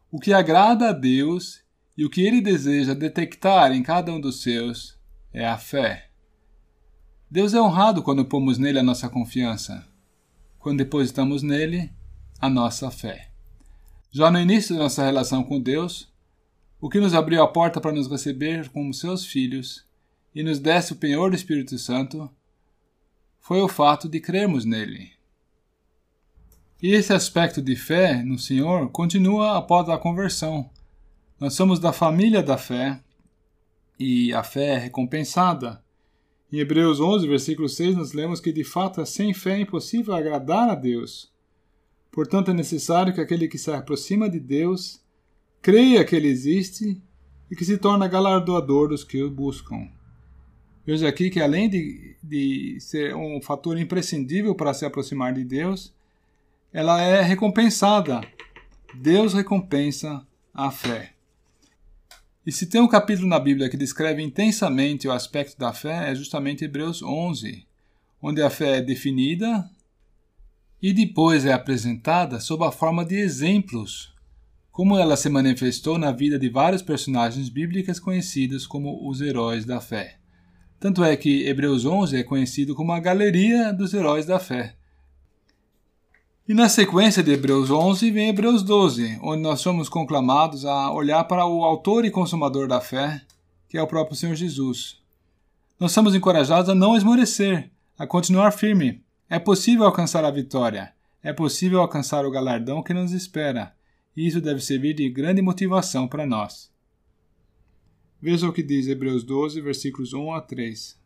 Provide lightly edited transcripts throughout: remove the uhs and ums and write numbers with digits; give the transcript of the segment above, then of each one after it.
O que agrada a Deus e o que Ele deseja detectar em cada um dos seus é a fé. Deus é honrado quando pomos nele a nossa confiança, quando depositamos nele a nossa fé. Já no início da nossa relação com Deus, o que nos abriu a porta para nos receber como seus filhos e nos desse o penhor do Espírito Santo foi o fato de crermos nele. E esse aspecto de fé no Senhor continua após a conversão. Nós somos da família da fé e a fé é recompensada. Em Hebreus 11, versículo 6, nós lemos que de fato sem fé é impossível agradar a Deus. Portanto, é necessário que aquele que se aproxima de Deus creia que Ele existe e que se torna galardoador dos que o buscam. Veja aqui que além de ser um fator imprescindível para se aproximar de Deus, ela é recompensada. Deus recompensa a fé. E se tem um capítulo na Bíblia que descreve intensamente o aspecto da fé, é justamente Hebreus 11, onde a fé é definida e depois é apresentada sob a forma de exemplos, como ela se manifestou na vida de vários personagens bíblicos conhecidos como os heróis da fé. Tanto é que Hebreus 11 é conhecido como a galeria dos heróis da fé. E na sequência de Hebreus 11 vem Hebreus 12, onde nós somos conclamados a olhar para o autor e consumador da fé, que é o próprio Senhor Jesus. Nós somos encorajados a não esmorecer, a continuar firme. É possível alcançar a vitória, é possível alcançar o galardão que nos espera, e isso deve servir de grande motivação para nós. Veja o que diz Hebreus 12, versículos 1 a 3.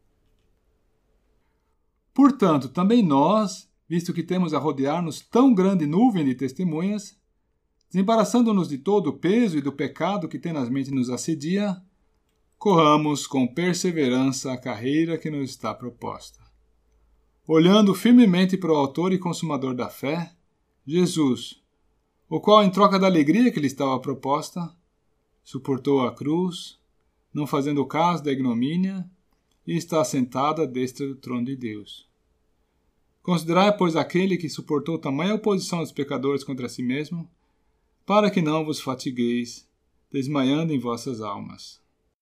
Portanto, também nós, visto que temos a rodear-nos tão grande nuvem de testemunhas, desembaraçando-nos de todo o peso e do pecado que tenazmente nos assedia, corramos com perseverança a carreira que nos está proposta. Olhando firmemente para o autor e consumador da fé, Jesus, o qual, em troca da alegria que lhe estava proposta, suportou a cruz, não fazendo caso da ignomínia, e está assentado à destra do trono de Deus. Considerai, pois, aquele que suportou tamanha oposição dos pecadores contra si mesmo, para que não vos fatigueis, desmaiando em vossas almas.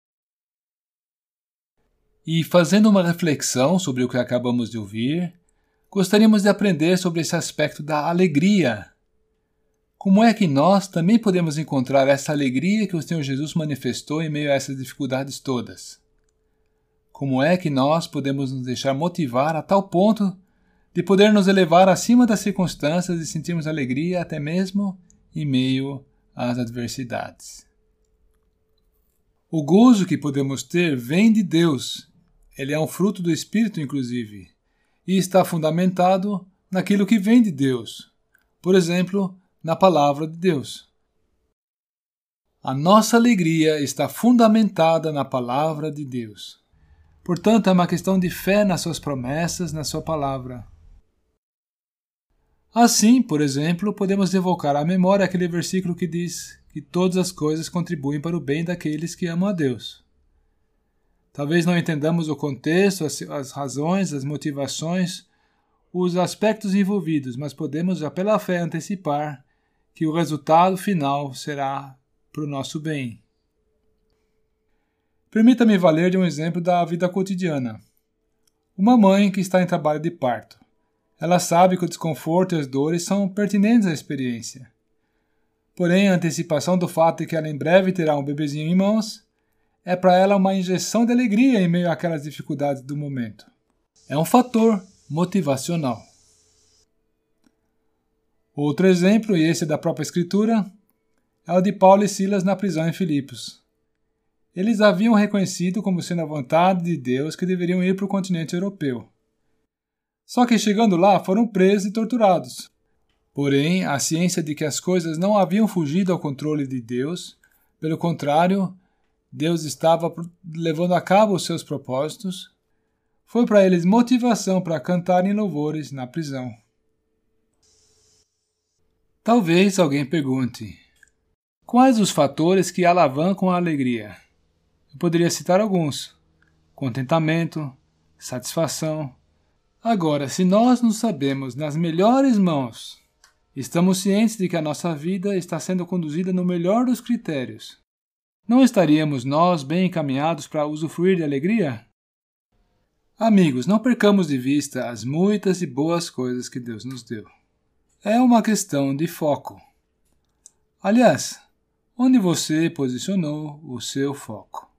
E fazendo uma reflexão sobre o que acabamos de ouvir, gostaríamos de aprender sobre esse aspecto da alegria. Como é que nós também podemos encontrar essa alegria que o Senhor Jesus manifestou em meio a essas dificuldades todas? Como é que nós podemos nos deixar motivar a tal ponto de poder nos elevar acima das circunstâncias e sentirmos alegria até mesmo em meio às adversidades? O gozo que podemos ter vem de Deus. Ele é um fruto do Espírito, inclusive, e está fundamentado naquilo que vem de Deus. Por exemplo, na palavra de Deus. A nossa alegria está fundamentada na palavra de Deus. Portanto, é uma questão de fé nas suas promessas, na sua palavra. Assim, por exemplo, podemos evocar à memória aquele versículo que diz que todas as coisas contribuem para o bem daqueles que amam a Deus. Talvez não entendamos o contexto, as razões, as motivações, os aspectos envolvidos, mas podemos já pela fé antecipar que o resultado final será para o nosso bem. Permita-me valer de um exemplo da vida cotidiana. Uma mãe que está em trabalho de parto. Ela sabe que o desconforto e as dores são pertinentes à experiência. Porém, a antecipação do fato de que ela em breve terá um bebezinho em mãos é para ela uma injeção de alegria em meio àquelas dificuldades do momento. É um fator motivacional. Outro exemplo, e esse é da própria Escritura, é o de Paulo e Silas na prisão em Filipos. Eles haviam reconhecido como sendo a vontade de Deus que deveriam ir para o continente europeu. Só que chegando lá foram presos e torturados. Porém, a ciência de que as coisas não haviam fugido ao controle de Deus, pelo contrário, Deus estava levando a cabo os seus propósitos, foi para eles motivação para cantarem louvores na prisão. Talvez alguém pergunte: quais os fatores que alavancam a alegria? Eu poderia citar alguns: contentamento, satisfação. Agora, se nós nos sabemos nas melhores mãos Estamos cientes de que a nossa vida está sendo conduzida no melhor dos critérios. Não estaríamos nós bem encaminhados para usufruir de alegria? Amigos, não percamos de vista as muitas e boas coisas que Deus nos deu. É uma questão de foco. Aliás, onde você posicionou o seu foco?